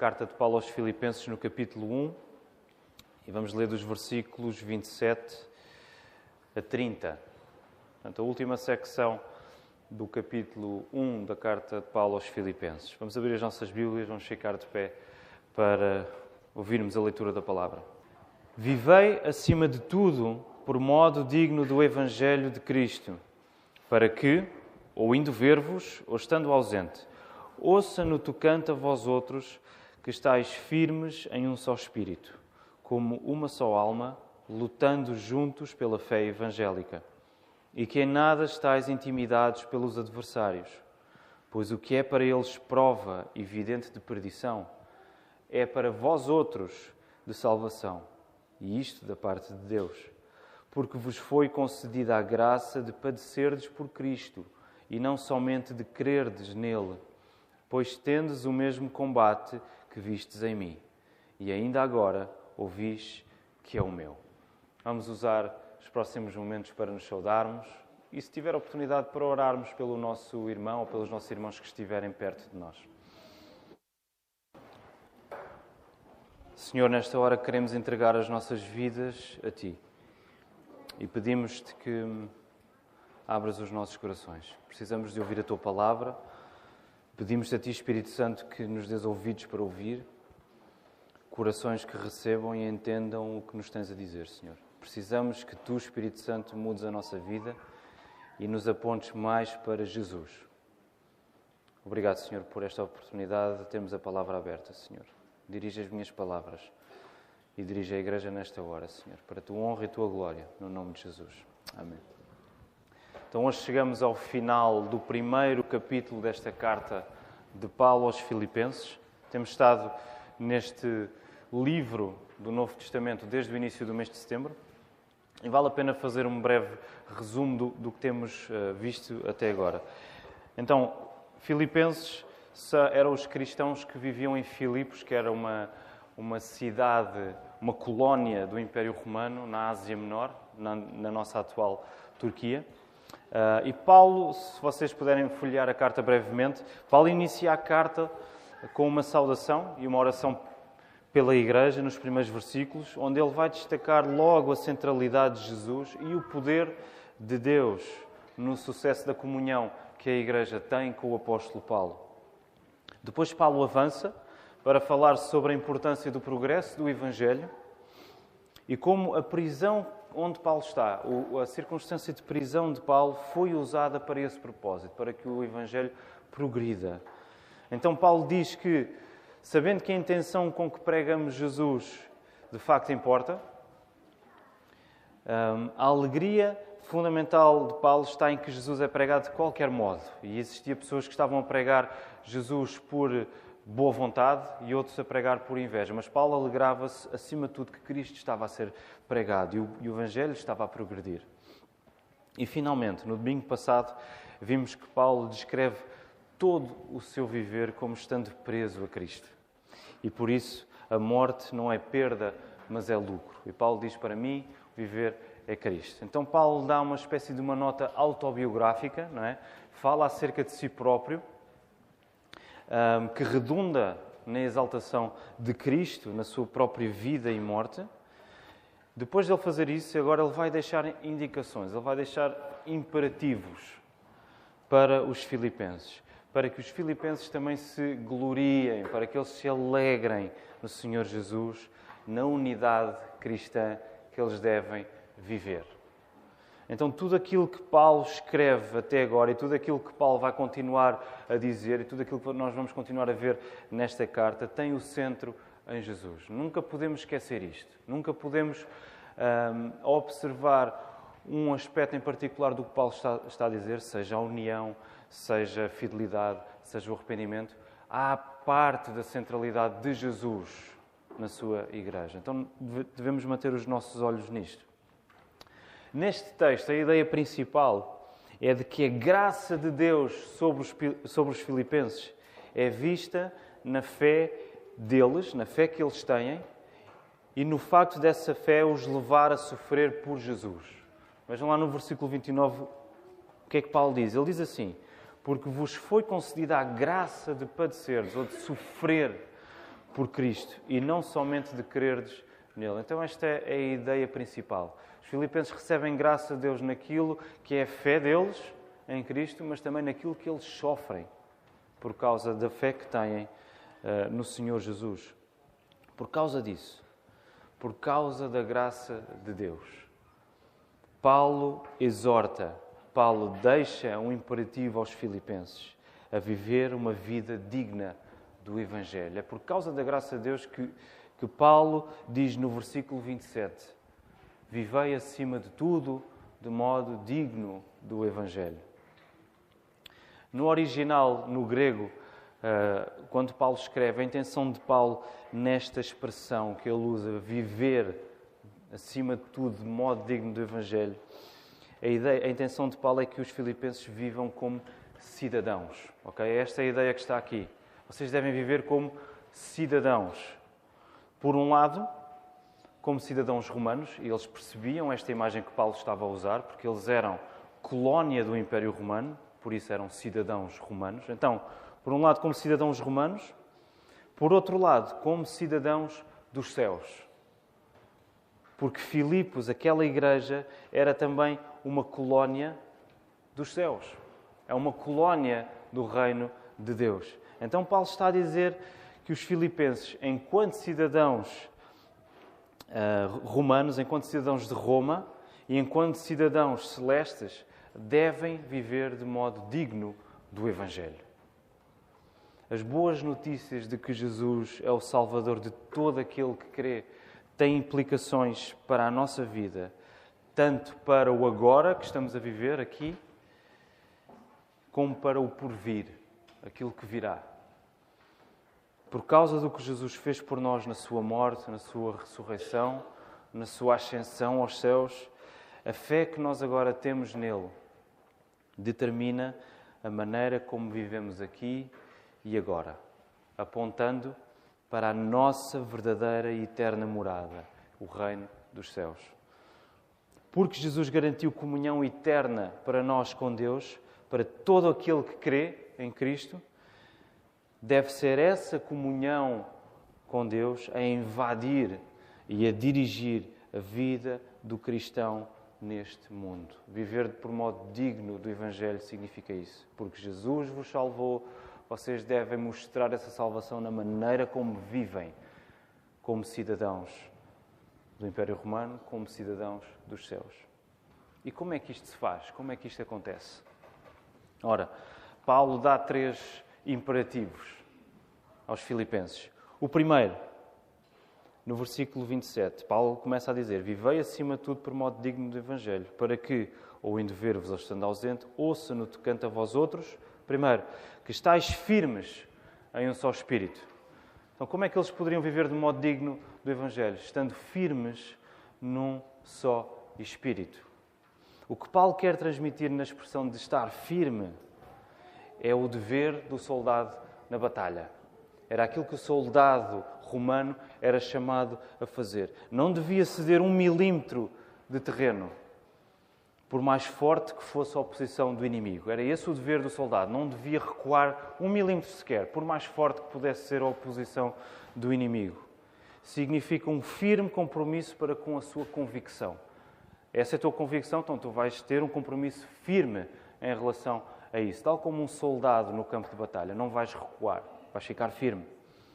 carta de Paulo aos Filipenses, no capítulo 1, e vamos ler dos versículos 27 a 30. Portanto, a última secção do capítulo 1 da carta de Paulo aos Filipenses. Vamos abrir as nossas Bíblias, vamos ficar de pé para ouvirmos a leitura da palavra. Vivei, acima de tudo, por modo digno do Evangelho de Cristo, para que, ou indo ver-vos, ou estando ausente, ouça no tocante a vós outros que estáis firmes em um só espírito, como uma só alma, lutando juntos pela fé evangélica, e que em nada estáis intimidados pelos adversários, pois o que é para eles prova evidente de perdição, é para vós outros de salvação, e isto da parte de Deus, porque vos foi concedida a graça de padecerdes por Cristo, e não somente de crerdes nele, pois tendes o mesmo combate que vistes em mim, e ainda agora ouvis que é o meu. Vamos usar os próximos momentos para nos saudarmos e, se tiver oportunidade, para orarmos pelo nosso irmão ou pelos nossos irmãos que estiverem perto de nós. Senhor, nesta hora queremos entregar as nossas vidas a Ti e pedimos-te que abras os nossos corações. Precisamos de ouvir a Tua palavra. Pedimos-te a Ti, Espírito Santo, que nos dês ouvidos para ouvir, corações que recebam e entendam o que nos tens a dizer, Senhor. Precisamos que Tu, Espírito Santo, mudes a nossa vida e nos apontes mais para Jesus. Obrigado, Senhor, por esta oportunidade de termos a palavra aberta, Senhor. Dirige as minhas palavras e dirige a Igreja nesta hora, Senhor, para a Tua honra e a Tua glória, no nome de Jesus. Amém. Então, hoje chegamos ao final do primeiro capítulo desta carta de Paulo aos Filipenses. Temos estado neste livro do Novo Testamento desde o início do mês de setembro e vale a pena fazer um breve resumo do que temos visto até agora. Então, Filipenses eram os cristãos que viviam em Filipos, que era uma cidade, uma colónia do Império Romano na Ásia Menor, na nossa atual Turquia. E Paulo, se vocês puderem folhear a carta brevemente, Paulo inicia a carta com uma saudação e uma oração pela Igreja, nos primeiros versículos, onde ele vai destacar logo a centralidade de Jesus e o poder de Deus no sucesso da comunhão que a Igreja tem com o apóstolo Paulo. Depois Paulo avança para falar sobre a importância do progresso do Evangelho e como a prisão onde Paulo está, a circunstância de prisão de Paulo foi usada para esse propósito, para que o Evangelho progrida. Então Paulo diz que, sabendo que a intenção com que pregamos Jesus de facto importa, a alegria fundamental de Paulo está em que Jesus é pregado de qualquer modo. E existia pessoas que estavam a pregar Jesus por boa vontade e outros a pregar por inveja. Mas Paulo alegrava-se, acima de tudo, que Cristo estava a ser pregado e o Evangelho estava a progredir. E, finalmente, no domingo passado, vimos que Paulo descreve todo o seu viver como estando preso a Cristo. E, por isso, a morte não é perda, mas é lucro. E Paulo diz, para mim, viver é Cristo. Então, Paulo dá uma espécie de uma nota autobiográfica, não é? Fala acerca de si próprio, que redunda na exaltação de Cristo, na sua própria vida e morte. Depois de ele fazer isso, agora ele vai deixar indicações, ele vai deixar imperativos para os filipenses, para que os filipenses também se gloriem, para que eles se alegrem no Senhor Jesus, na unidade cristã que eles devem viver. Então, tudo aquilo que Paulo escreve até agora e tudo aquilo que Paulo vai continuar a dizer e tudo aquilo que nós vamos continuar a ver nesta carta tem o centro em Jesus. Nunca podemos esquecer isto. Nunca podemos observar um aspecto em particular do que Paulo está a dizer, seja a união, seja a fidelidade, seja o arrependimento. Há parte da centralidade de Jesus na sua Igreja. Então, devemos manter os nossos olhos nisto. Neste texto, a ideia principal é de que a graça de Deus sobre os filipenses é vista na fé deles, na fé que eles têm, e no facto dessa fé os levar a sofrer por Jesus. Vejam lá no versículo 29 o que é que Paulo diz. Ele diz assim, porque vos foi concedida a graça de padecerdes ou de sofrer por Cristo e não somente de crerdes nele. Então esta é a ideia principal. Os filipenses recebem graça de Deus naquilo que é a fé deles em Cristo, mas também naquilo que eles sofrem por causa da fé que têm no Senhor Jesus. Por causa disso, por causa da graça de Deus, Paulo exorta, Paulo deixa um imperativo aos filipenses a viver uma vida digna do Evangelho. É por causa da graça de Deus que Paulo diz no versículo 27, vivei acima de tudo de modo digno do Evangelho. No original, no grego, quando Paulo escreve, a intenção de Paulo nesta expressão que ele usa, viver acima de tudo de modo digno do Evangelho, a intenção de Paulo é que os filipenses vivam como cidadãos. Okay? Esta é a ideia que está aqui. Vocês devem viver como cidadãos. Por um lado, como cidadãos romanos, e eles percebiam esta imagem que Paulo estava a usar, porque eles eram colónia do Império Romano, por isso eram cidadãos romanos. Então, por um lado, como cidadãos romanos, por outro lado, como cidadãos dos céus. Porque Filipos, aquela igreja, era também uma colónia dos céus. É uma colónia do reino de Deus. Então Paulo está a dizer que os filipenses, enquanto cidadãos romanos, enquanto cidadãos de Roma e enquanto cidadãos celestes, devem viver de modo digno do Evangelho. As boas notícias de que Jesus é o Salvador de todo aquele que crê têm implicações para a nossa vida, tanto para o agora que estamos a viver aqui, como para o porvir, aquilo que virá. Por causa do que Jesus fez por nós na sua morte, na sua ressurreição, na sua ascensão aos céus, a fé que nós agora temos nele determina a maneira como vivemos aqui e agora, apontando para a nossa verdadeira e eterna morada, o reino dos céus. Porque Jesus garantiu comunhão eterna para nós com Deus, para todo aquele que crê em Cristo, deve ser essa comunhão com Deus a invadir e a dirigir a vida do cristão neste mundo. Viver por modo digno do Evangelho significa isso. Porque Jesus vos salvou, vocês devem mostrar essa salvação na maneira como vivem, como cidadãos do Império Romano, como cidadãos dos céus. E como é que isto se faz? Como é que isto acontece? Ora, Paulo dá 3 imperativos aos filipenses. O primeiro, no versículo 27, Paulo começa a dizer: vivei acima de tudo por modo digno do Evangelho, para que, ou indo ver-vos ou estando ausente, ouça no tocante a vós outros, primeiro, que estáis firmes em um só Espírito. Então, como é que eles poderiam viver de modo digno do Evangelho? Estando firmes num só Espírito. O que Paulo quer transmitir na expressão de estar firme é o dever do soldado na batalha. Era aquilo que o soldado romano era chamado a fazer. Não devia ceder 1 milímetro de terreno, por mais forte que fosse a oposição do inimigo. Era esse o dever do soldado. Não devia recuar 1 milímetro sequer, por mais forte que pudesse ser a oposição do inimigo. Significa um firme compromisso para com a sua convicção. Essa é a tua convicção, então tu vais ter um compromisso firme em relação a isso. Tal como um soldado no campo de batalha, não vais recuar, vais ficar firme.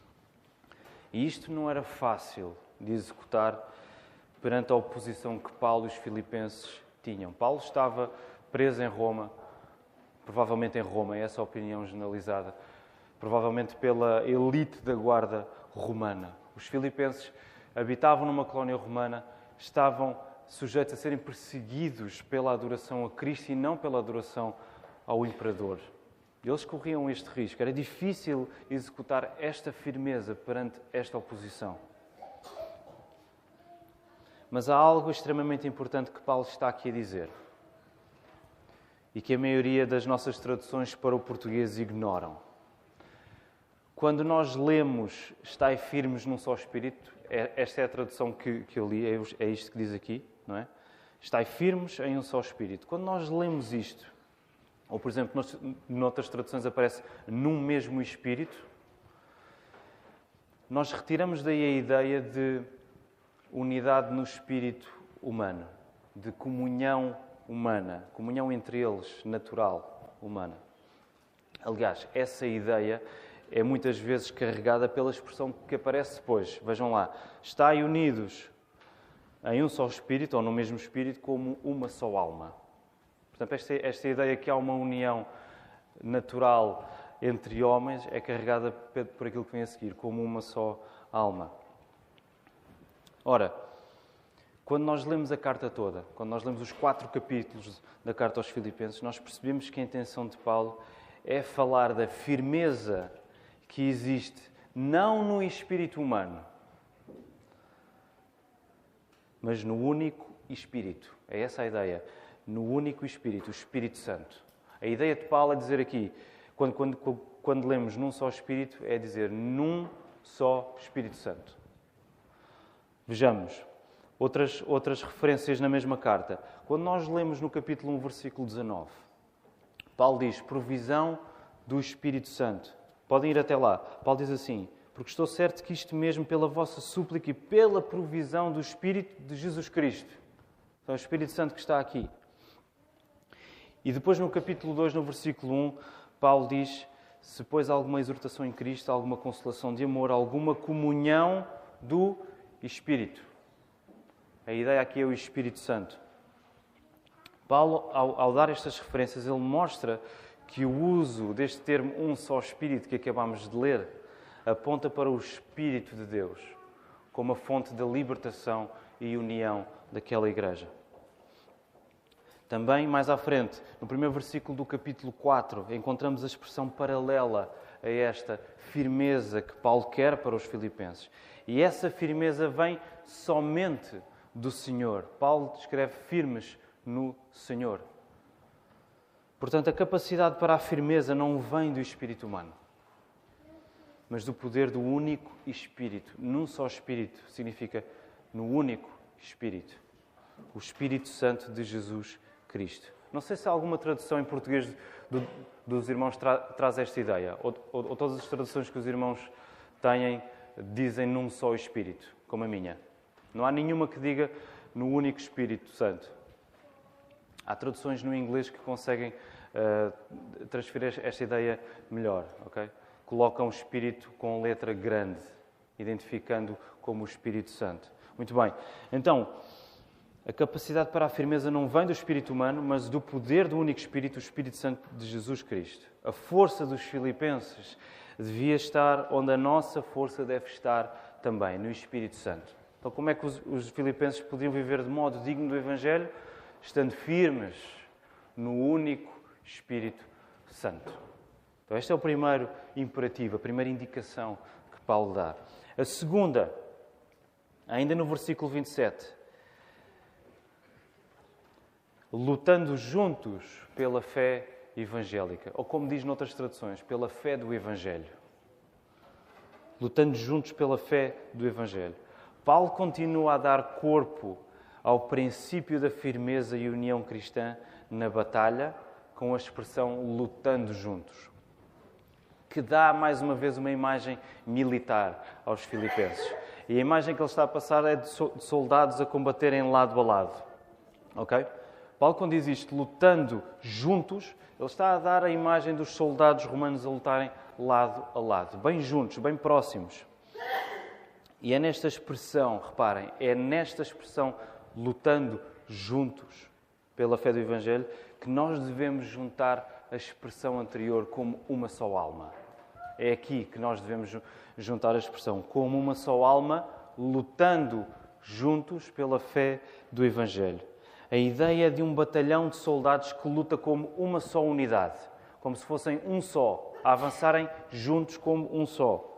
E isto não era fácil de executar perante a oposição que Paulo e os filipenses tinham. Paulo estava preso em Roma, provavelmente em Roma, é essa a opinião generalizada, provavelmente pela elite da guarda romana. Os filipenses habitavam numa colónia romana, estavam sujeitos a serem perseguidos pela adoração a Cristo e não pela adoração ao imperador. Eles corriam este risco. Era difícil executar esta firmeza perante esta oposição. Mas há algo extremamente importante que Paulo está aqui a dizer e que a maioria das nossas traduções para o português ignoram. Quando nós lemos "estai firmes num só Espírito", esta é a tradução que eu li, é isto que diz aqui, não é? "Estai firmes em um só Espírito". Quando nós lemos isto, ou, por exemplo, noutras traduções aparece "num mesmo Espírito", nós retiramos daí a ideia de unidade no espírito humano, de comunhão humana, comunhão entre eles, natural, humana. Aliás, essa ideia é muitas vezes carregada pela expressão que aparece depois. Vejam lá, estai unidos em um só espírito, ou no mesmo espírito, como uma só alma. Portanto, esta ideia que há uma união natural entre homens é carregada por aquilo que vem a seguir, como uma só alma. Ora, quando nós lemos a carta toda, quando nós lemos os 4 capítulos da carta aos Filipenses, nós percebemos que a intenção de Paulo é falar da firmeza que existe não no espírito humano, mas no único Espírito. É essa a ideia. No único Espírito, o Espírito Santo. A ideia de Paulo é dizer aqui, quando lemos num só Espírito, é dizer num só Espírito Santo. Vejamos outras referências na mesma carta. Quando nós lemos no capítulo 1, versículo 19, Paulo diz, provisão do Espírito Santo. Podem ir até lá. Paulo diz assim, porque estou certo que isto mesmo pela vossa súplica e pela provisão do Espírito de Jesus Cristo. Então, é o Espírito Santo que está aqui. E depois no capítulo 2, no versículo 1, Paulo diz, se pois alguma exortação em Cristo, alguma consolação de amor, alguma comunhão do Espírito. A ideia aqui é o Espírito Santo. Paulo, ao dar estas referências, ele mostra que o uso deste termo um só Espírito que acabámos de ler aponta para o Espírito de Deus como a fonte da libertação e união daquela igreja. Também, mais à frente, no primeiro versículo do capítulo 4, encontramos a expressão paralela a esta firmeza que Paulo quer para os filipenses. E essa firmeza vem somente do Senhor. Paulo descreve firmes no Senhor. Portanto, a capacidade para a firmeza não vem do espírito humano, mas do poder do único Espírito. Num só Espírito significa no único Espírito. O Espírito Santo de Jesus Cristo. Não sei se há alguma tradução em português dos irmãos traz esta ideia, ou todas as traduções que os irmãos têm dizem num só Espírito, como a minha. Não há nenhuma que diga no único Espírito Santo. Há traduções no inglês que conseguem transferir esta ideia melhor, ok? Colocam o Espírito com letra grande, identificando como o Espírito Santo. Muito bem. Então, a capacidade para a firmeza não vem do Espírito humano, mas do poder do único Espírito, o Espírito Santo de Jesus Cristo. A força dos filipenses devia estar onde a nossa força deve estar também, no Espírito Santo. Então, como é que os filipenses podiam viver de modo digno do Evangelho? Estando firmes no único Espírito Santo. Então, este é o primeiro imperativo, a primeira indicação que Paulo dá. A segunda, ainda no versículo 27, lutando juntos pela fé evangélica, ou como diz noutras traduções, pela fé do Evangelho. Lutando juntos pela fé do Evangelho. Paulo continua a dar corpo ao princípio da firmeza e união cristã na batalha, com a expressão lutando juntos, que dá, mais uma vez, uma imagem militar aos filipenses. E a imagem que ele está a passar é de soldados a combaterem lado a lado. Ok? Paulo, quando diz isto, lutando juntos, ele está a dar a imagem dos soldados romanos a lutarem lado a lado, bem juntos, bem próximos. E é nesta expressão, reparem, é nesta expressão, lutando juntos pela fé do Evangelho, que nós devemos juntar a expressão anterior como uma só alma. É aqui que nós devemos juntar a expressão como uma só alma, lutando juntos pela fé do Evangelho. A ideia de um batalhão de soldados que luta como uma só unidade, como se fossem um só, a avançarem juntos como um só.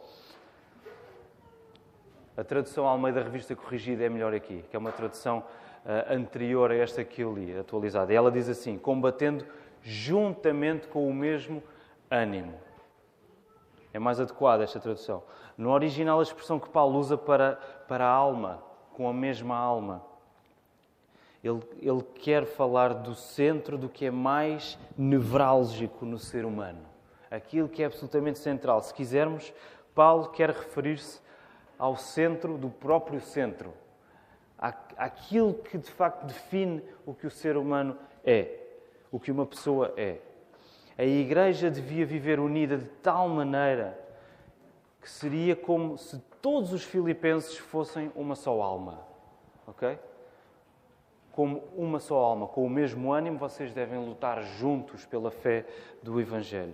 A tradução Almeida Revista Corrigida é melhor aqui, que é uma tradução anterior a esta que eu li, atualizada. E ela diz assim, combatendo juntamente com o mesmo ânimo. É mais adequada esta tradução. No original, a expressão que Paulo usa para a alma, com a mesma alma. Ele quer falar do centro do que é mais nevrálgico no ser humano. Aquilo que é absolutamente central. Se quisermos, Paulo quer referir-se ao centro do próprio centro, àquilo que de facto define o que o ser humano é, o que uma pessoa é. A Igreja devia viver unida de tal maneira que seria como se todos os filipenses fossem uma só alma. Ok? Como uma só alma, com o mesmo ânimo, vocês devem lutar juntos pela fé do Evangelho.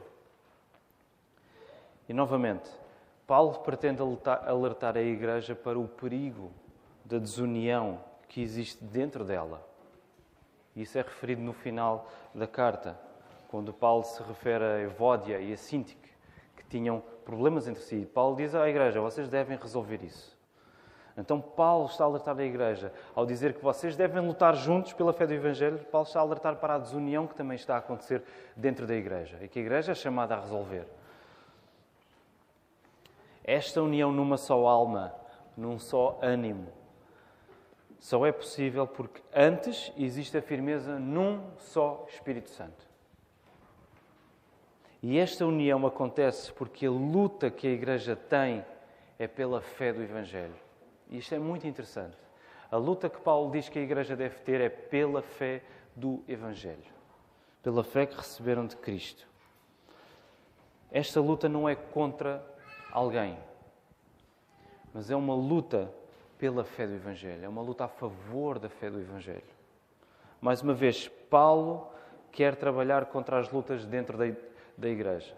E, novamente, Paulo pretende alertar a Igreja para o perigo da desunião que existe dentro dela. Isso é referido no final da carta, quando Paulo se refere a Evódia e a Síntique, que tinham problemas entre si. Paulo diz à Igreja, vocês devem resolver isso. Então Paulo está a alertar a Igreja. Ao dizer que vocês devem lutar juntos pela fé do Evangelho, Paulo está a alertar para a desunião que também está a acontecer dentro da Igreja e que a Igreja é chamada a resolver. Esta união numa só alma, num só ânimo, só é possível porque antes existe a firmeza num só Espírito Santo. E esta união acontece porque a luta que a Igreja tem é pela fé do Evangelho. E isto é muito interessante. A luta que Paulo diz que a Igreja deve ter é pela fé do Evangelho. Pela fé que receberam de Cristo. Esta luta não é contra alguém, mas é uma luta pela fé do Evangelho. É uma luta a favor da fé do Evangelho. Mais uma vez, Paulo quer trabalhar contra as lutas dentro da Igreja.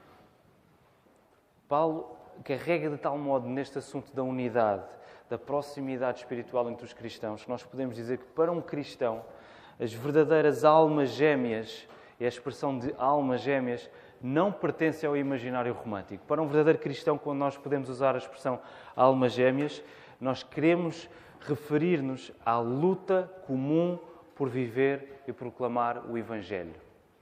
Paulo carrega de tal modo neste assunto da unidade, da proximidade espiritual entre os cristãos, que nós podemos dizer que para um cristão, as verdadeiras almas gêmeas, e a expressão de almas gêmeas, não pertence ao imaginário romântico. Para um verdadeiro cristão, quando nós podemos usar a expressão almas gêmeas, nós queremos referir-nos à luta comum por viver e proclamar o Evangelho.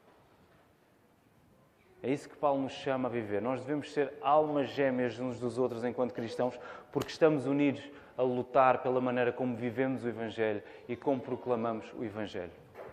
É isso que Paulo nos chama a viver. Nós devemos ser almas gêmeas uns dos outros enquanto cristãos, porque estamos unidos a lutar pela maneira como vivemos o Evangelho e como proclamamos o Evangelho.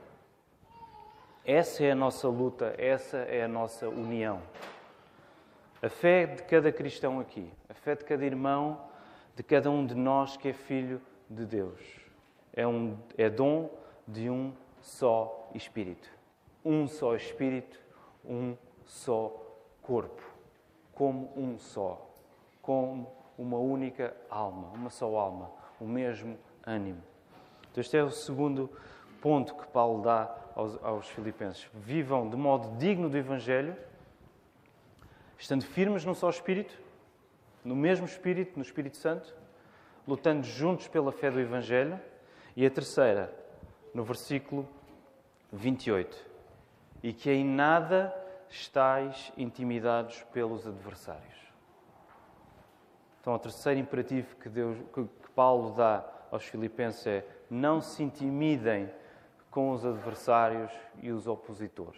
Essa é a nossa luta, essa é a nossa união. A fé de cada cristão aqui, a fé de cada irmão, de cada um de nós que é filho de Deus, é dom de um só Espírito. Um só Espírito, um só corpo, como um só, como uma única alma, uma só alma, o mesmo ânimo. Então este é o segundo ponto que Paulo dá aos filipenses. Vivam de modo digno do Evangelho, estando firmes num só Espírito, no mesmo Espírito, no Espírito Santo, lutando juntos pela fé do Evangelho. E a terceira, no versículo 28, e que em nada estáis intimidados pelos adversários. Então, o terceiro imperativo que Paulo dá aos filipenses é: não se intimidem com os adversários e os opositores.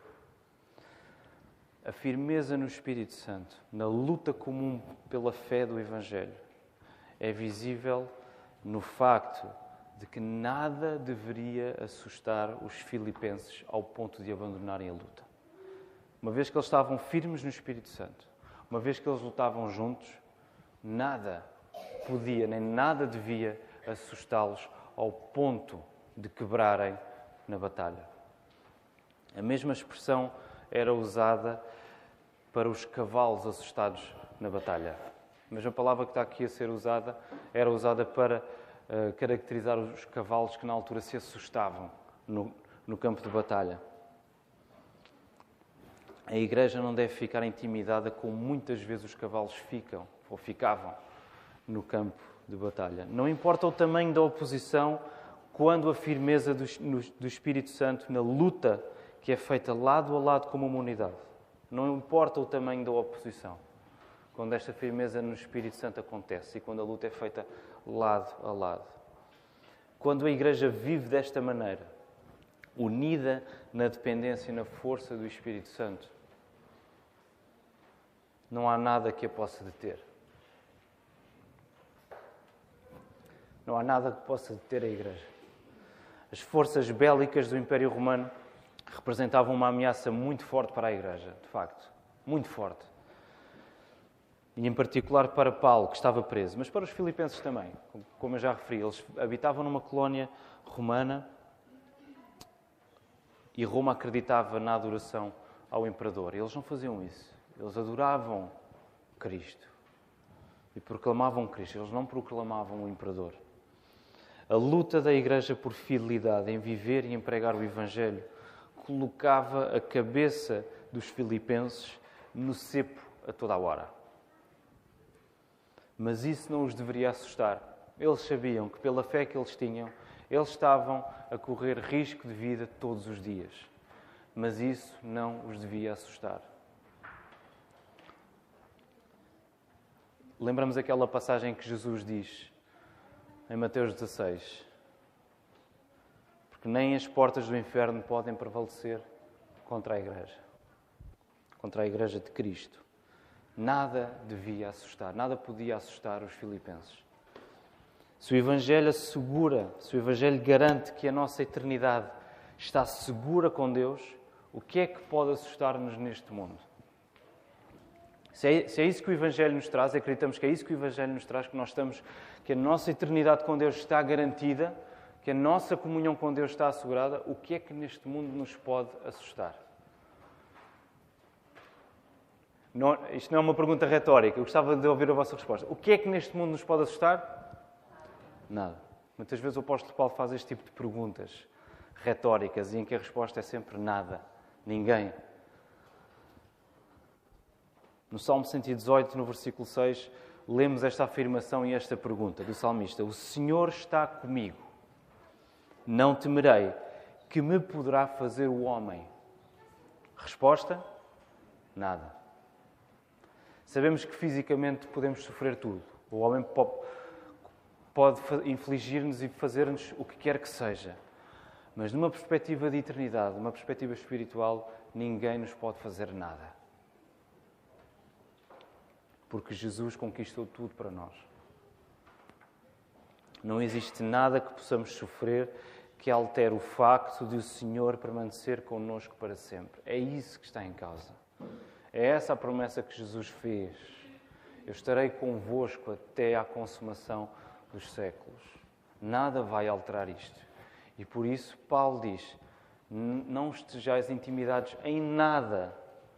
A firmeza no Espírito Santo, na luta comum pela fé do Evangelho, é visível no facto de que nada deveria assustar os filipenses ao ponto de abandonarem a luta. Uma vez que eles estavam firmes no Espírito Santo, uma vez que eles lutavam juntos, nada podia, nem nada devia assustá-los ao ponto de quebrarem na batalha. A mesma expressão era usada para os cavalos assustados na batalha. A mesma palavra que está aqui a ser usada era usada para caracterizar os cavalos que na altura se assustavam no campo de batalha. A Igreja não deve ficar intimidada como muitas vezes os cavalos ficam ou ficavam no campo de batalha. Não importa o tamanho da oposição, quando a firmeza do Espírito Santo na luta que é feita lado a lado como uma unidade. Não importa o tamanho da oposição. Quando esta firmeza no Espírito Santo acontece e quando a luta é feita lado a lado. Quando a Igreja vive desta maneira, unida na dependência e na força do Espírito Santo, não há nada que a possa deter. Não há nada que possa deter a Igreja. As forças bélicas do Império Romano representavam uma ameaça muito forte para a Igreja, de facto, muito forte. e em particular para Paulo, que estava preso, mas para os filipenses também. Como eu já referi, eles habitavam numa colónia romana e Roma acreditava na adoração ao imperador. Eles não faziam isso. Eles adoravam Cristo e proclamavam Cristo. Eles não proclamavam o imperador. A luta da Igreja por fidelidade em viver e em pregar o Evangelho colocava a cabeça dos filipenses no cepo a toda a hora. Mas isso não os deveria assustar. Eles sabiam que, pela fé que eles tinham, eles estavam a correr risco de vida todos os dias. Mas isso não os devia assustar. Lembramos aquela passagem que Jesus diz em Mateus 16: porque nem as portas do inferno podem prevalecer contra a Igreja de Cristo. Nada devia assustar, nada podia assustar os filipenses. Se o Evangelho assegura, se o Evangelho garante que a nossa eternidade está segura com Deus, o que é que pode assustar-nos neste mundo? Se é isso que o Evangelho nos traz, acreditamos que é isso que o Evangelho nos traz, que a nossa eternidade com Deus está garantida, que a nossa comunhão com Deus está assegurada, o que é que neste mundo nos pode assustar? Isto não é uma pergunta retórica, eu gostava de ouvir a vossa resposta. O que é que neste mundo nos pode assustar? Nada. Muitas vezes o apóstolo Paulo faz este tipo de perguntas retóricas e em que a resposta é sempre nada, ninguém. No Salmo 118, no versículo 6, lemos esta afirmação e esta pergunta do salmista: o Senhor está comigo, não temerei, que me poderá fazer o homem? Resposta: nada. Sabemos que fisicamente podemos sofrer tudo. O homem pode infligir-nos e fazer-nos o que quer que seja. Mas numa perspectiva de eternidade, numa perspectiva espiritual, ninguém nos pode fazer nada. Porque Jesus conquistou tudo para nós. Não existe nada que possamos sofrer que altere o facto de o Senhor permanecer connosco para sempre. É isso que está em causa. É essa a promessa que Jesus fez. Eu estarei convosco até à consumação dos séculos. Nada vai alterar isto. E por isso Paulo diz: não estejais intimidados em nada.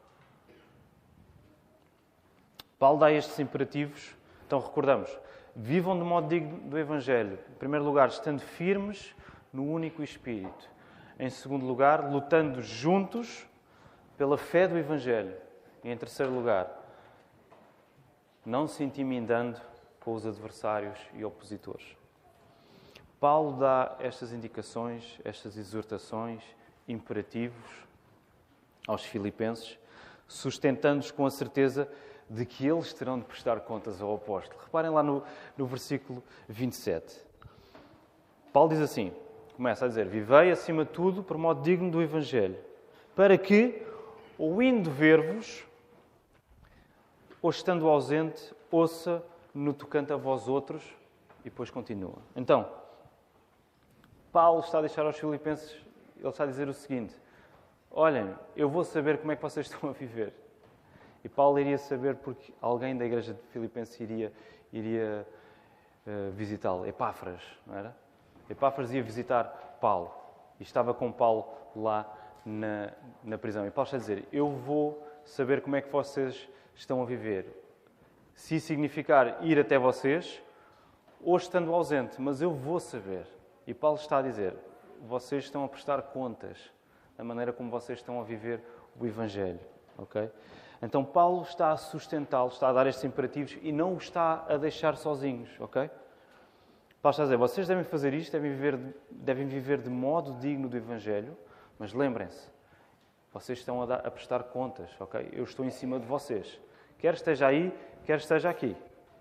Paulo dá estes imperativos. Então recordamos: vivam de modo digno do Evangelho. Em primeiro lugar, estando firmes no único Espírito. Em segundo lugar, lutando juntos pela fé do Evangelho. E em terceiro lugar, não se intimidando com os adversários e opositores. Paulo dá estas indicações, estas exortações, imperativos aos filipenses, sustentando-os com a certeza de que eles terão de prestar contas ao apóstolo. Reparem lá no versículo 27. Paulo diz assim, começa a dizer: vivei acima de tudo por modo digno do Evangelho, para que, ou indo ver-vos, ou estando ausente, ouça no tocante a vós outros, e depois continua. Então, Paulo está a deixar aos filipenses, ele está a dizer o seguinte: olhem, eu vou saber como é que vocês estão a viver. E Paulo iria saber porque alguém da igreja de Filipenses iria visitá-lo. Epáfras, não era? Epáfras ia visitar Paulo e estava com Paulo lá na prisão. E Paulo está a dizer: eu vou saber como é que vocês estão a viver. Se isso significar ir até vocês, ou estando ausente, mas eu vou saber. E Paulo está a dizer: vocês estão a prestar contas da maneira como vocês estão a viver o Evangelho. Ok? Então Paulo está a sustentá-los, está a dar estes imperativos e não os está a deixar sozinhos. Ok? Paulo está a dizer: vocês devem fazer isto, devem viver de modo digno do Evangelho, mas lembrem-se, vocês estão a prestar contas. Ok? Eu estou em cima de vocês. Quer esteja aí, quer esteja aqui.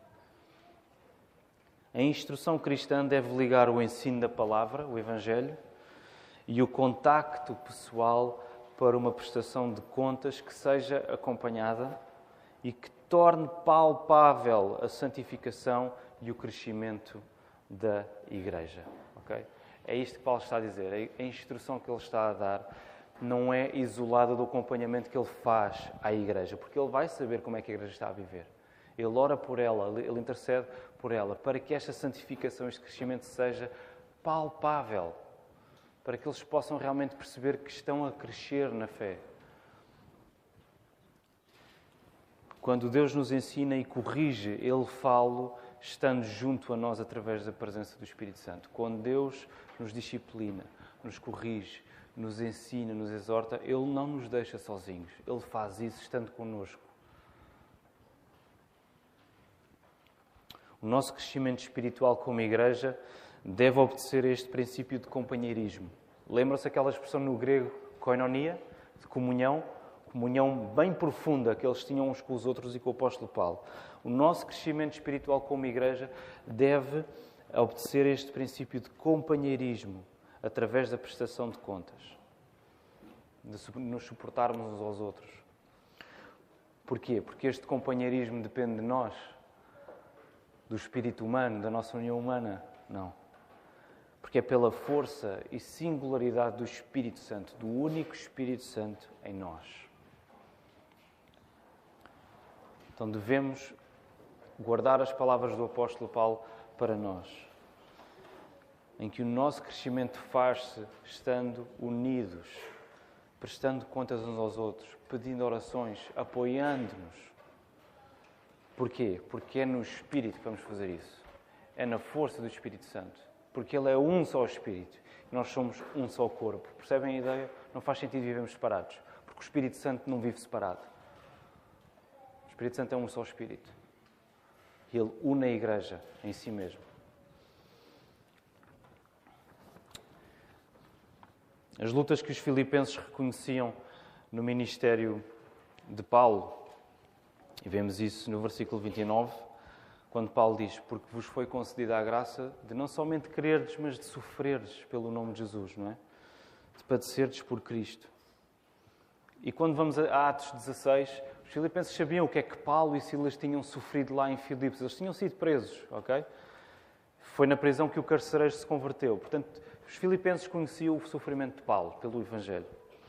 A instrução cristã deve ligar o ensino da palavra, o Evangelho, e o contacto pessoal para uma prestação de contas que seja acompanhada e que torne palpável a santificação e o crescimento da Igreja. Okay? É isto que Paulo está a dizer. A instrução que ele está a dar não é isolada do acompanhamento que ele faz à Igreja, porque ele vai saber como é que a Igreja está a viver. Ele ora por ela, Ele intercede por ela, para que esta santificação, este crescimento seja palpável, para que eles possam realmente perceber que estão a crescer na fé. Quando Deus nos ensina e corrige, Ele fala estando junto a nós através da presença do Espírito Santo. Quando Deus nos disciplina, nos corrige, nos ensina, nos exorta, Ele não nos deixa sozinhos. Ele faz isso estando connosco. O nosso crescimento espiritual como igreja deve obedecer a este princípio de companheirismo. Lembram-se aquela expressão no grego, koinonia, de comunhão bem profunda que eles tinham uns com os outros e com o apóstolo Paulo. O nosso crescimento espiritual como igreja deve obedecer a este princípio de companheirismo através da prestação de contas, de nos suportarmos uns aos outros. Porquê? Porque este companheirismo depende de nós, do espírito humano, da nossa união humana? Não. Porque é pela força e singularidade do Espírito Santo, do único Espírito Santo em nós. Então devemos guardar as palavras do apóstolo Paulo para nós, em que o nosso crescimento faz-se estando unidos, prestando contas uns aos outros, pedindo orações, apoiando-nos. Porquê? Porque é no Espírito que vamos fazer isso. É na força do Espírito Santo. Porque Ele é um só Espírito. E nós somos um só corpo. Percebem a ideia? Não faz sentido vivermos separados. Porque o Espírito Santo não vive separado. O Espírito Santo é um só Espírito. E Ele une a Igreja em si mesmo. As lutas que os filipenses reconheciam no ministério de Paulo, e vemos isso no versículo 29, quando Paulo diz, porque vos foi concedida a graça de não somente quererdes, mas de sofrerdes pelo nome de Jesus, não é? De padecerdes por Cristo. E quando vamos a Atos 16, os filipenses sabiam o que é que Paulo e Silas tinham sofrido lá em Filipos. Eles tinham sido presos, ok? Foi na prisão que o carcereiro se converteu. Portanto, os filipenses conheciam o sofrimento de Paulo pelo Evangelho.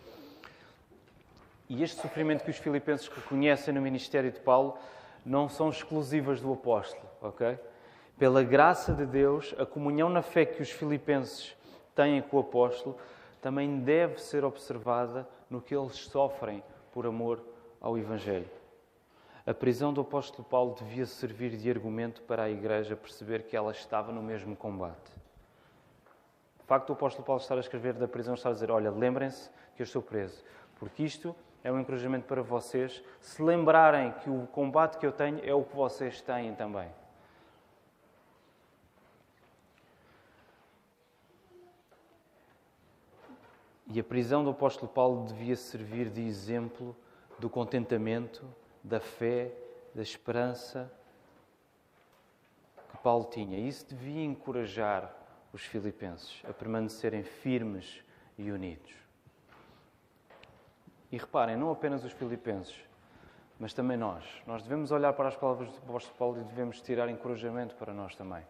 E este sofrimento que os filipenses reconhecem no ministério de Paulo não são exclusivas do apóstolo, ok? Pela graça de Deus, a comunhão na fé que os filipenses têm com o apóstolo também deve ser observada no que eles sofrem por amor ao Evangelho. A prisão do apóstolo Paulo devia servir de argumento para a Igreja perceber que ela estava no mesmo combate. O facto do apóstolo Paulo estar a escrever da prisão, está a dizer, olha, lembrem-se que eu estou preso, porque isto é um encorajamento para vocês, se lembrarem que o combate que eu tenho é o que vocês têm também. E a prisão do apóstolo Paulo devia servir de exemplo do contentamento, da fé, da esperança que Paulo tinha. E isso devia encorajar os filipenses a permanecerem firmes e unidos. E reparem, não apenas os filipenses, mas também nós. Nós devemos olhar para as palavras do apóstolo Paulo e devemos tirar encorajamento para nós também.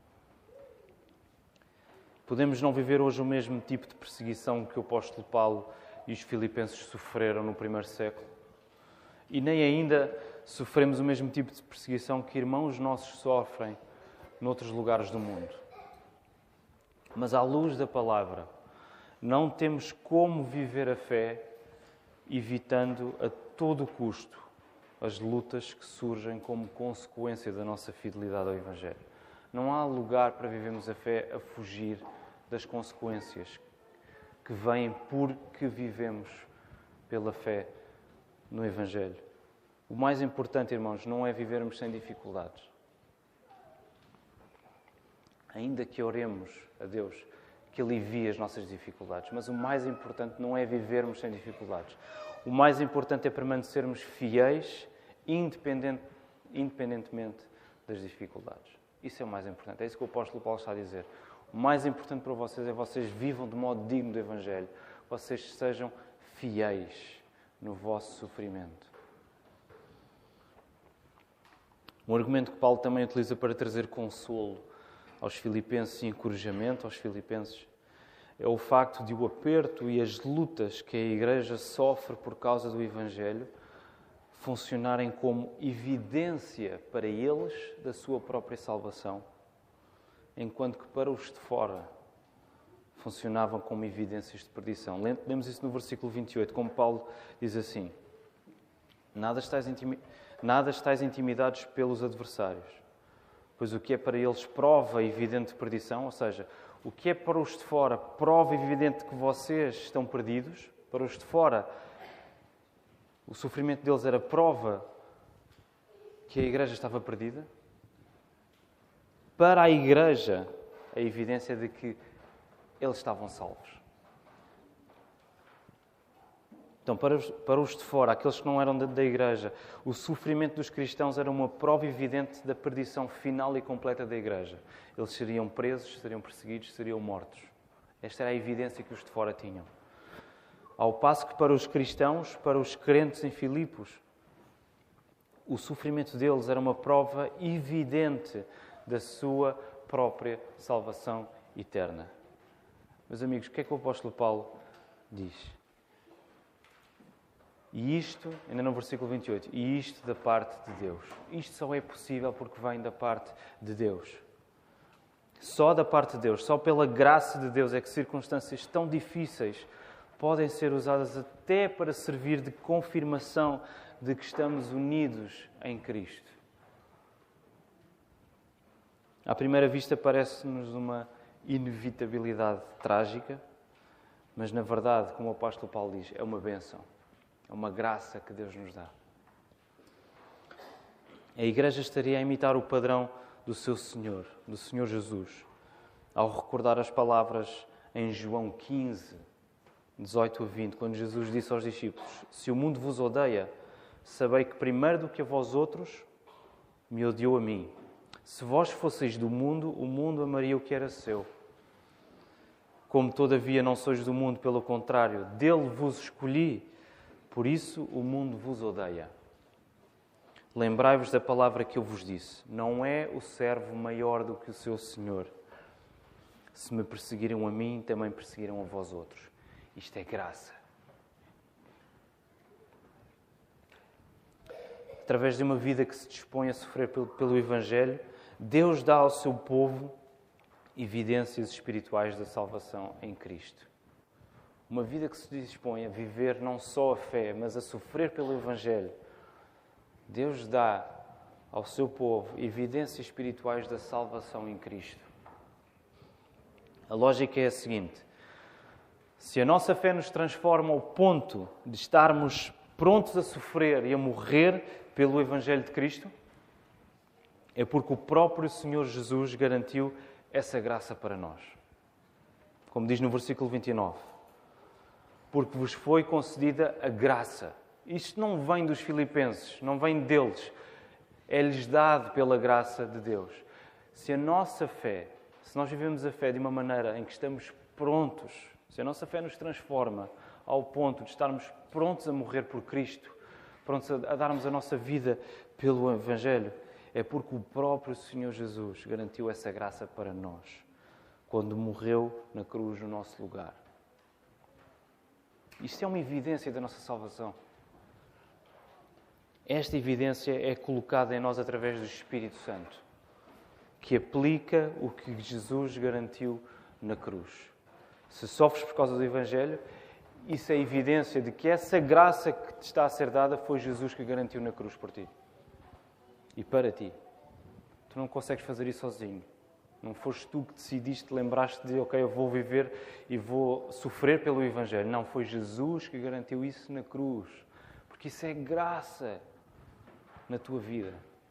Podemos não viver hoje o mesmo tipo de perseguição que o apóstolo Paulo e os filipenses sofreram no primeiro século. E nem ainda sofremos o mesmo tipo de perseguição que irmãos nossos sofrem noutros lugares do mundo. Mas à luz da palavra, não temos como viver a fé evitando a todo custo as lutas que surgem como consequência da nossa fidelidade ao Evangelho. Não há lugar para vivermos a fé a fugir das consequências que vêm porque vivemos pela fé no Evangelho. O mais importante, irmãos, não é vivermos sem dificuldades. Ainda que oremos a Deus que alivie as nossas dificuldades, mas o mais importante não é vivermos sem dificuldades. O mais importante é permanecermos fiéis, independentemente das dificuldades. Isso é o mais importante. É isso que o apóstolo Paulo está a dizer. O mais importante para vocês é que vocês vivam de modo digno do Evangelho. Vocês sejam fiéis no vosso sofrimento. Um argumento que Paulo também utiliza para trazer consolo aos filipenses e encorajamento aos filipenses é o facto de o aperto e as lutas que a Igreja sofre por causa do Evangelho funcionarem como evidência para eles da sua própria salvação, enquanto que para os de fora funcionavam como evidências de perdição. Lemos isso no versículo 28, como Paulo diz assim: Nada estáis intimidados pelos adversários, pois o que é para eles prova evidente de perdição, ou seja, o que é para os de fora prova evidente que vocês estão perdidos, para os de fora o sofrimento deles era prova que a igreja estava perdida. Para a igreja, a evidência de que eles estavam salvos. Então, para os de fora, aqueles que não eram da igreja, o sofrimento dos cristãos era uma prova evidente da perdição final e completa da igreja. Eles seriam presos, seriam perseguidos, seriam mortos. Esta era a evidência que os de fora tinham. Ao passo que para os cristãos, para os crentes em Filipos, o sofrimento deles era uma prova evidente da sua própria salvação eterna. Meus amigos, o que é que o apóstolo Paulo diz? E isto, ainda no versículo 28, e isto da parte de Deus. Isto só é possível porque vem da parte de Deus. Só da parte de Deus, só pela graça de Deus é que circunstâncias tão difíceis podem ser usadas até para servir de confirmação de que estamos unidos em Cristo. À primeira vista parece-nos uma inevitabilidade trágica, mas na verdade, como o apóstolo Paulo diz, é uma bênção, é uma graça que Deus nos dá. A Igreja estaria a imitar o padrão do seu Senhor, do Senhor Jesus, ao recordar as palavras em João 15, 18 a 20, quando Jesus disse aos discípulos: Se o mundo vos odeia, sabei que primeiro do que a vós outros, me odiou a mim. Se vós fosseis do mundo, o mundo amaria o que era seu. Como todavia não sois do mundo, pelo contrário, dele vos escolhi, por isso o mundo vos odeia. Lembrai-vos da palavra que eu vos disse: não é o servo maior do que o seu senhor. Se me perseguiram a mim, também perseguiram a vós outros. Isto é graça. Através de uma vida que se dispõe a sofrer pelo Evangelho, Deus dá ao seu povo evidências espirituais da salvação em Cristo. Uma vida que se dispõe a viver não só a fé, mas a sofrer pelo Evangelho. Deus dá ao seu povo evidências espirituais da salvação em Cristo. A lógica é a seguinte: se a nossa fé nos transforma ao ponto de estarmos prontos a sofrer e a morrer pelo Evangelho de Cristo, é porque o próprio Senhor Jesus garantiu essa graça para nós. Como diz no versículo 29, porque vos foi concedida a graça. Isto não vem dos filipenses, não vem deles. É-lhes dado pela graça de Deus. Se a nossa fé, se nós vivemos a fé de uma maneira em que estamos prontos, se a nossa fé nos transforma ao ponto de estarmos prontos a morrer por Cristo, prontos a darmos a nossa vida pelo Evangelho, é porque o próprio Senhor Jesus garantiu essa graça para nós, quando morreu na cruz no nosso lugar. Isto é uma evidência da nossa salvação. Esta evidência é colocada em nós através do Espírito Santo, que aplica o que Jesus garantiu na cruz. Se sofres por causa do Evangelho, isso é evidência de que essa graça que te está a ser dada foi Jesus que garantiu na cruz por ti. E para ti. Tu não consegues fazer isso sozinho. Não foste tu que decidiste, lembraste de, ok, eu vou viver e vou sofrer pelo Evangelho. Não, foi Jesus que garantiu isso na cruz. Porque isso é graça na tua vida.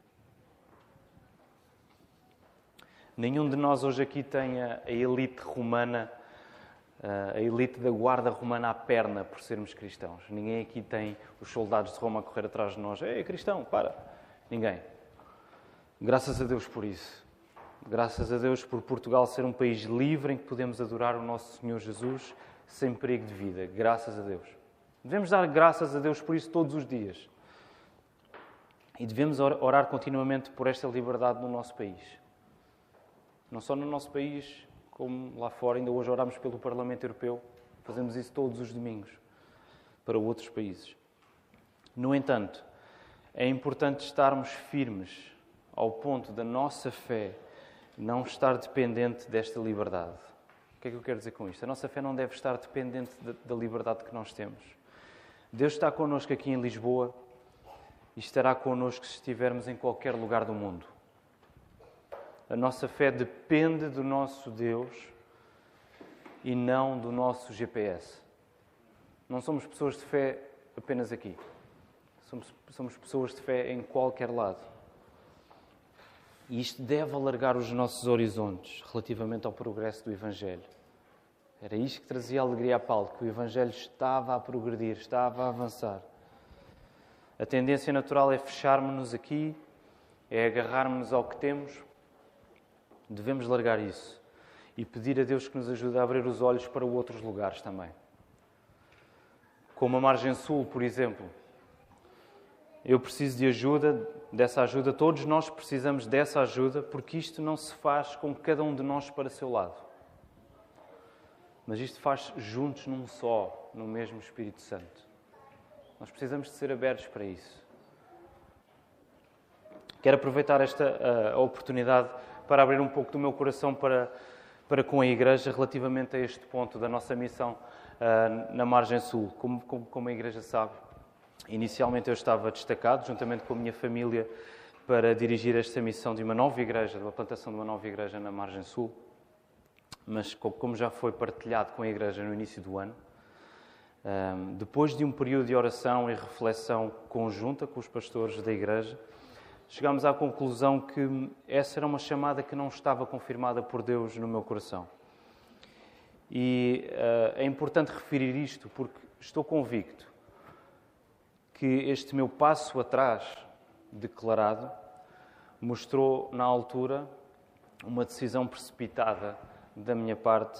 Nenhum de nós hoje aqui tem a elite romana, a elite da guarda romana à perna por sermos cristãos. Ninguém aqui tem os soldados de Roma a correr atrás de nós. Ei, cristão, para! Ninguém. Graças a Deus por isso. Graças a Deus por Portugal ser um país livre em que podemos adorar o nosso Senhor Jesus sem perigo de vida. Graças a Deus. Devemos dar graças a Deus por isso todos os dias. E devemos orar continuamente por esta liberdade no nosso país. Não só no nosso país, como lá fora. Ainda hoje oramos pelo Parlamento Europeu. Fazemos isso todos os domingos para outros países. No entanto, é importante estarmos firmes ao ponto da nossa fé não estar dependente desta liberdade. O que é que eu quero dizer com isto? A nossa fé não deve estar dependente da liberdade que nós temos. Deus está connosco aqui em Lisboa e estará connosco se estivermos em qualquer lugar do mundo. A nossa fé depende do nosso Deus e não do nosso GPS. Não somos pessoas de fé apenas aqui. Somos pessoas de fé em qualquer lado. E isto deve alargar os nossos horizontes relativamente ao progresso do Evangelho. Era isto que trazia alegria a Paulo, que o Evangelho estava a progredir, estava a avançar. A tendência natural é fecharmos-nos aqui, é agarrarmos-nos ao que temos. Devemos largar isso e pedir a Deus que nos ajude a abrir os olhos para outros lugares também. Como a Margem Sul, por exemplo. Eu preciso de ajuda, dessa ajuda, todos nós precisamos dessa ajuda, porque isto não se faz com cada um de nós para seu lado. Mas isto faz juntos num só, no mesmo Espírito Santo. Nós precisamos de ser abertos para isso. Quero aproveitar esta oportunidade para abrir um pouco do meu coração para com a Igreja relativamente a este ponto da nossa missão na Margem Sul. Como a Igreja sabe, inicialmente eu estava destacado, juntamente com a minha família, para dirigir esta missão de uma nova igreja, de uma plantação de uma nova igreja na Margem Sul. Mas como já foi partilhado com a Igreja no início do ano, depois de um período de oração e reflexão conjunta com os pastores da Igreja, chegámos à conclusão que essa era uma chamada que não estava confirmada por Deus no meu coração. E é importante referir isto porque estou convicto que este meu passo atrás declarado mostrou, na altura, uma decisão precipitada da minha parte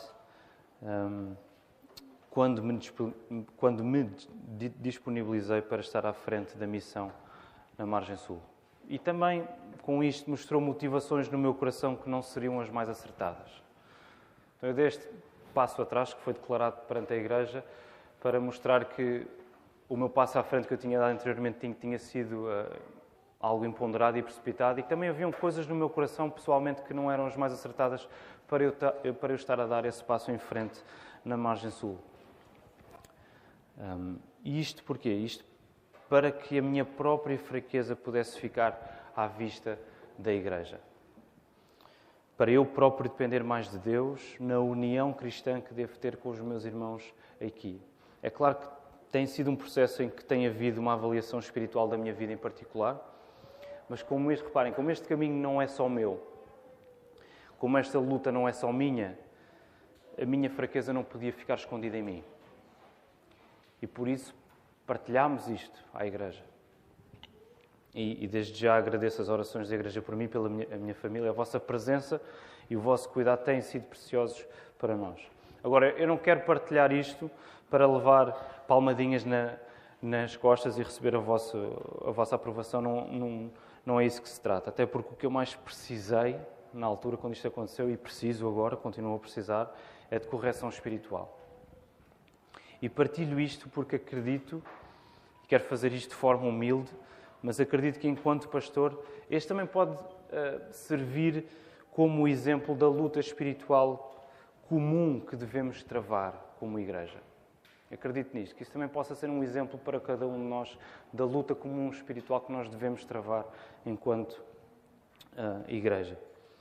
quando me disponibilizei para estar à frente da missão na Margem Sul. E também, com isto, mostrou motivações no meu coração que não seriam as mais acertadas. Então, eu dei este passo atrás, que foi declarado perante a Igreja, para mostrar que o meu passo à frente que eu tinha dado anteriormente tinha sido algo imponderado e precipitado, e que também haviam coisas no meu coração, pessoalmente, que não eram as mais acertadas para eu estar a dar esse passo em frente na Margem Sul. E isto porquê? Isto para que a minha própria fraqueza pudesse ficar à vista da Igreja. Para eu próprio depender mais de Deus, na união cristã que devo ter com os meus irmãos aqui. É claro que tem sido um processo em que tem havido uma avaliação espiritual da minha vida em particular, mas como este caminho não é só meu, como esta luta não é só minha, a minha fraqueza não podia ficar escondida em mim. E por isso partilhámos isto à Igreja. E desde já agradeço as orações da Igreja por mim, pela minha família. A vossa presença e o vosso cuidado têm sido preciosos para nós. Agora, eu não quero partilhar isto para levar palmadinhas nas costas e receber a vossa aprovação. Não é isso que se trata. Até porque o que eu mais precisei na altura, quando isto aconteceu, e preciso agora, continuo a precisar, é de correção espiritual. E partilho isto porque acredito, e quero fazer isto de forma humilde, mas acredito que enquanto pastor, este também pode servir como exemplo da luta espiritual comum que devemos travar como Igreja. Acredito nisto, que isso também possa ser um exemplo para cada um de nós da luta comum espiritual que nós devemos travar enquanto Igreja.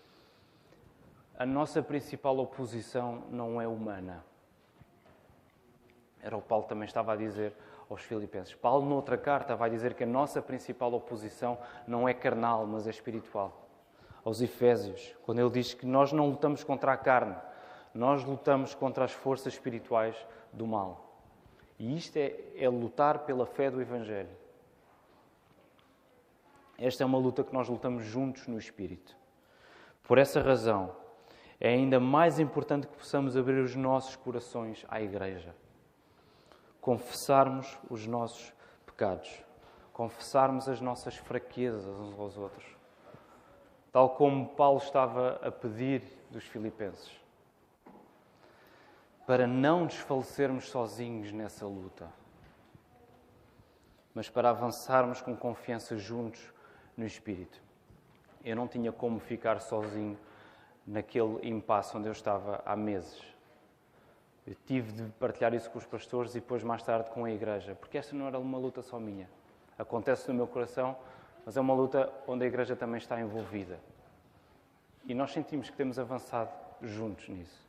A nossa principal oposição não é humana. Era o que Paulo também estava a dizer aos Filipenses. Paulo, noutra carta, vai dizer que a nossa principal oposição não é carnal, mas é espiritual. Aos Efésios, quando ele diz que nós não lutamos contra a carne, nós lutamos contra as forças espirituais do mal. E isto é lutar pela fé do Evangelho. Esta é uma luta que nós lutamos juntos no Espírito. Por essa razão, é ainda mais importante que possamos abrir os nossos corações à Igreja. Confessarmos os nossos pecados. Confessarmos as nossas fraquezas uns aos outros. Tal como Paulo estava a pedir dos Filipenses. Para não desfalecermos sozinhos nessa luta. mas para avançarmos com confiança juntos no Espírito. Eu não tinha como ficar sozinho naquele impasse onde eu estava há meses. Eu tive de partilhar isso com os pastores e depois mais tarde com a igreja, porque esta não era uma luta só minha. Acontece no meu coração, mas é uma luta onde a igreja também está envolvida. E nós sentimos que temos avançado juntos nisso.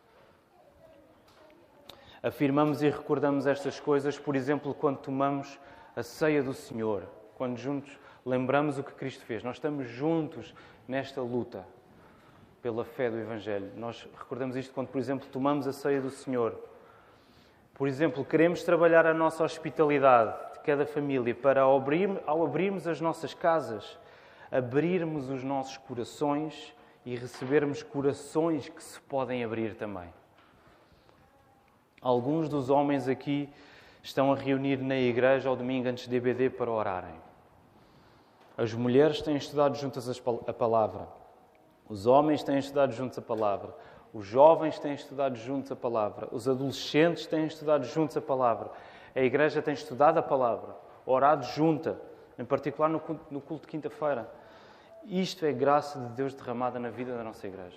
Afirmamos e recordamos estas coisas, por exemplo, quando tomamos a ceia do Senhor, quando juntos lembramos o que Cristo fez. Nós estamos juntos nesta luta pela fé do Evangelho. Nós recordamos isto quando, por exemplo, tomamos a ceia do Senhor. Por exemplo, queremos trabalhar a nossa hospitalidade de cada família para, ao abrirmos as nossas casas, abrirmos os nossos corações e recebermos corações que se podem abrir também. Alguns dos homens aqui estão a reunir na igreja ao domingo antes de EBD para orarem. As mulheres têm estudado juntas a palavra. Os homens têm estudado juntos a palavra. Os jovens têm estudado juntos a palavra. Os adolescentes têm estudado juntos a palavra. A igreja tem estudado a palavra, orado junta, em particular no culto de quinta-feira. Isto é graça de Deus derramada na vida da nossa igreja.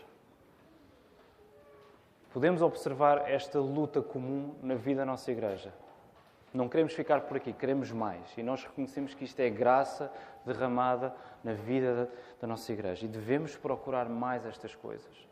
Podemos observar esta luta comum na vida da nossa igreja. Não queremos ficar por aqui, queremos mais. E nós reconhecemos que isto é graça derramada na vida da nossa igreja. E devemos procurar mais estas coisas.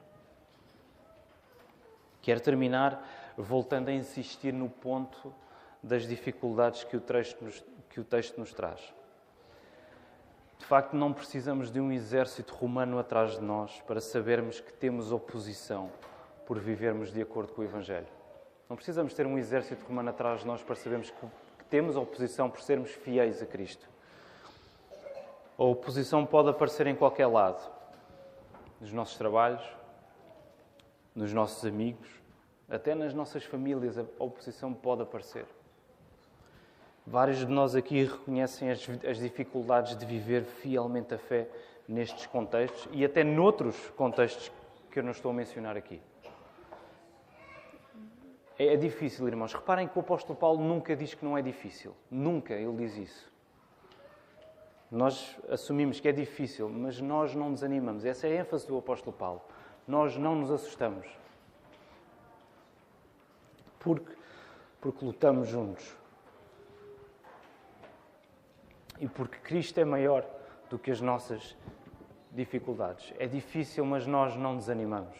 Quero terminar voltando a insistir no ponto das dificuldades que o texto nos traz. De facto, não precisamos de um exército romano atrás de nós para sabermos que temos oposição por vivermos de acordo com o Evangelho. Não precisamos ter um exército romano atrás de nós para sabermos que temos oposição por sermos fiéis a Cristo. A oposição pode aparecer em qualquer lado. Nos nossos trabalhos, nos nossos amigos, até nas nossas famílias a oposição pode aparecer. Vários de nós aqui reconhecem as dificuldades de viver fielmente a fé nestes contextos e até noutros contextos que eu não estou a mencionar aqui. É difícil, irmãos. Reparem que o apóstolo Paulo nunca diz que não é difícil. Nunca ele diz isso. Nós assumimos que é difícil, mas nós não desanimamos. Essa é a ênfase do apóstolo Paulo. Nós não nos assustamos. Porque lutamos juntos. E porque Cristo é maior do que as nossas dificuldades. É difícil, mas nós não desanimamos.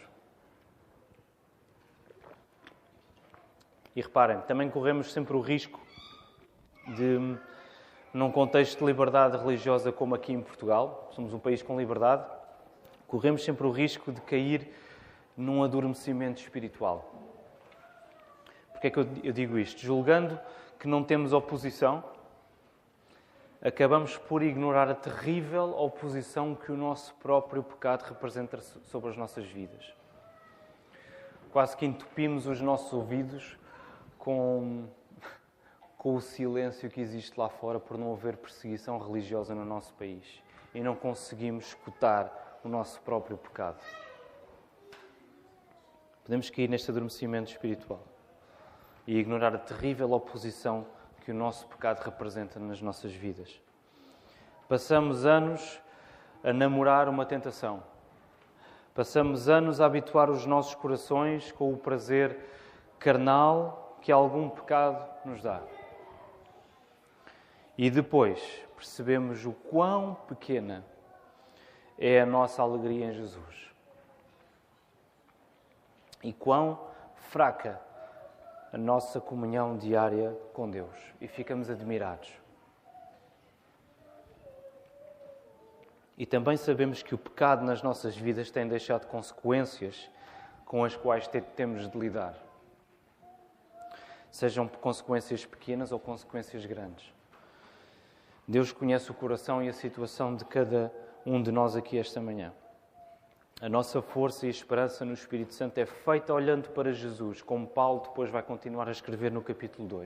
E reparem, também corremos sempre o risco de, num contexto de liberdade religiosa como aqui em Portugal, somos um país com liberdade, corremos sempre o risco de cair num adormecimento espiritual. Porquê é que eu digo isto? Julgando que não temos oposição, acabamos por ignorar a terrível oposição que o nosso próprio pecado representa sobre as nossas vidas. Quase que entupimos os nossos ouvidos com o silêncio que existe lá fora por não haver perseguição religiosa no nosso país e não conseguimos escutar o nosso próprio pecado. Podemos cair neste adormecimento espiritual e ignorar a terrível oposição que o nosso pecado representa nas nossas vidas. Passamos anos a namorar uma tentação. Passamos anos a habituar os nossos corações com o prazer carnal que algum pecado nos dá. E depois percebemos o quão pequena é a nossa alegria em Jesus. E quão fraca a nossa comunhão diária com Deus. E ficamos admirados. E também sabemos que o pecado nas nossas vidas tem deixado consequências com as quais temos de lidar. Sejam consequências pequenas ou consequências grandes. Deus conhece o coração e a situação de cada um de nós aqui esta manhã. A nossa força e esperança no Espírito Santo é feita olhando para Jesus, como Paulo depois vai continuar a escrever no capítulo 2.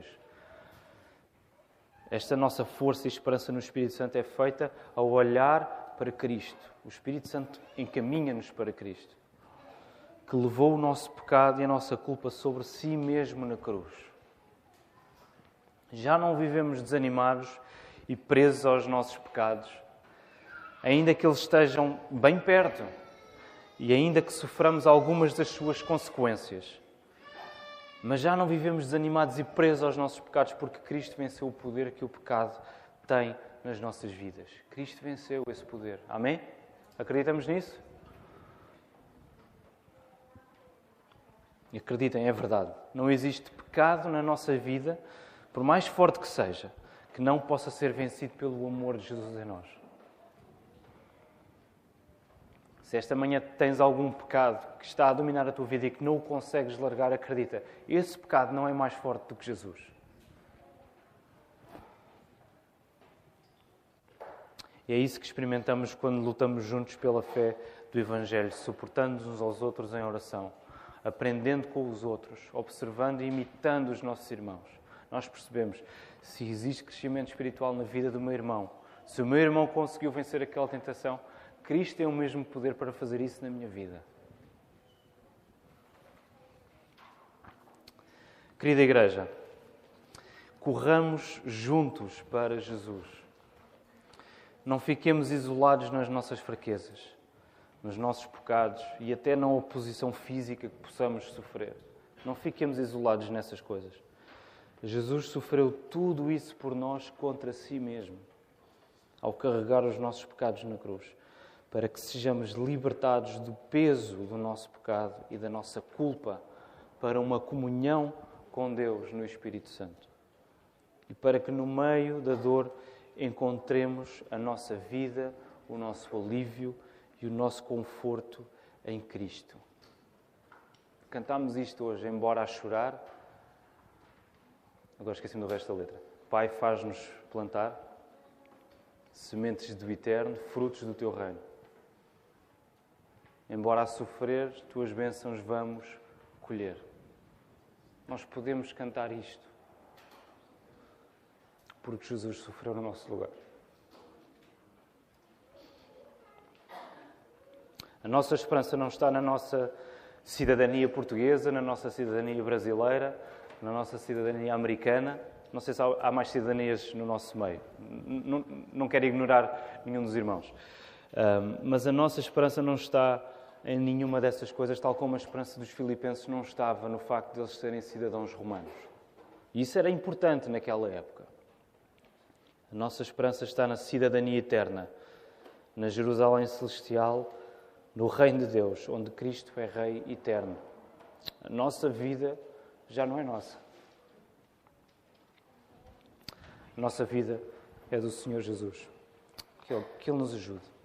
Esta nossa força e esperança no Espírito Santo é feita ao olhar para Cristo. O Espírito Santo encaminha-nos para Cristo, que levou o nosso pecado e a nossa culpa sobre si mesmo na cruz. Já não vivemos desanimados e presos aos nossos pecados, ainda que eles estejam bem perto e ainda que soframos algumas das suas consequências. Mas já não vivemos desanimados e presos aos nossos pecados, porque Cristo venceu o poder que o pecado tem nas nossas vidas. Cristo venceu esse poder. Amém? Acreditamos nisso? E acreditem, é verdade. Não existe pecado na nossa vida, por mais forte que seja, que não possa ser vencido pelo amor de Jesus em nós. Se esta manhã tens algum pecado que está a dominar a tua vida e que não o consegues largar, acredita, esse pecado não é mais forte do que Jesus. E é isso que experimentamos quando lutamos juntos pela fé do Evangelho, suportando-nos uns aos outros em oração, aprendendo com os outros, observando e imitando os nossos irmãos. Nós percebemos, se existe crescimento espiritual na vida do meu irmão, se o meu irmão conseguiu vencer aquela tentação, Cristo tem o mesmo poder para fazer isso na minha vida. Querida Igreja, corramos juntos para Jesus. Não fiquemos isolados nas nossas fraquezas, nos nossos pecados e até na oposição física que possamos sofrer. Não fiquemos isolados nessas coisas. Jesus sofreu tudo isso por nós contra si mesmo, ao carregar os nossos pecados na cruz, para que sejamos libertados do peso do nosso pecado e da nossa culpa para uma comunhão com Deus no Espírito Santo. E para que no meio da dor encontremos a nossa vida, o nosso alívio e o nosso conforto em Cristo. Cantámos isto hoje, embora a chorar. Agora esqueci-me do resto da letra. Pai, faz-nos plantar sementes do eterno, frutos do teu reino. Embora a sofrer, tuas bênçãos vamos colher. Nós podemos cantar isto porque Jesus sofreu no nosso lugar. A nossa esperança não está na nossa cidadania portuguesa, na nossa cidadania brasileira, na nossa cidadania americana. Não sei se há mais cidadanias no nosso meio. Não quero ignorar nenhum dos irmãos. Mas a nossa esperança não está em nenhuma dessas coisas, tal como a esperança dos filipenses não estava no facto de eles serem cidadãos romanos. E isso era importante naquela época. A nossa esperança está na cidadania eterna, na Jerusalém celestial, no reino de Deus, onde Cristo é Rei eterno. A nossa vida já não é nossa. A nossa vida é do Senhor Jesus. Que Ele nos ajude.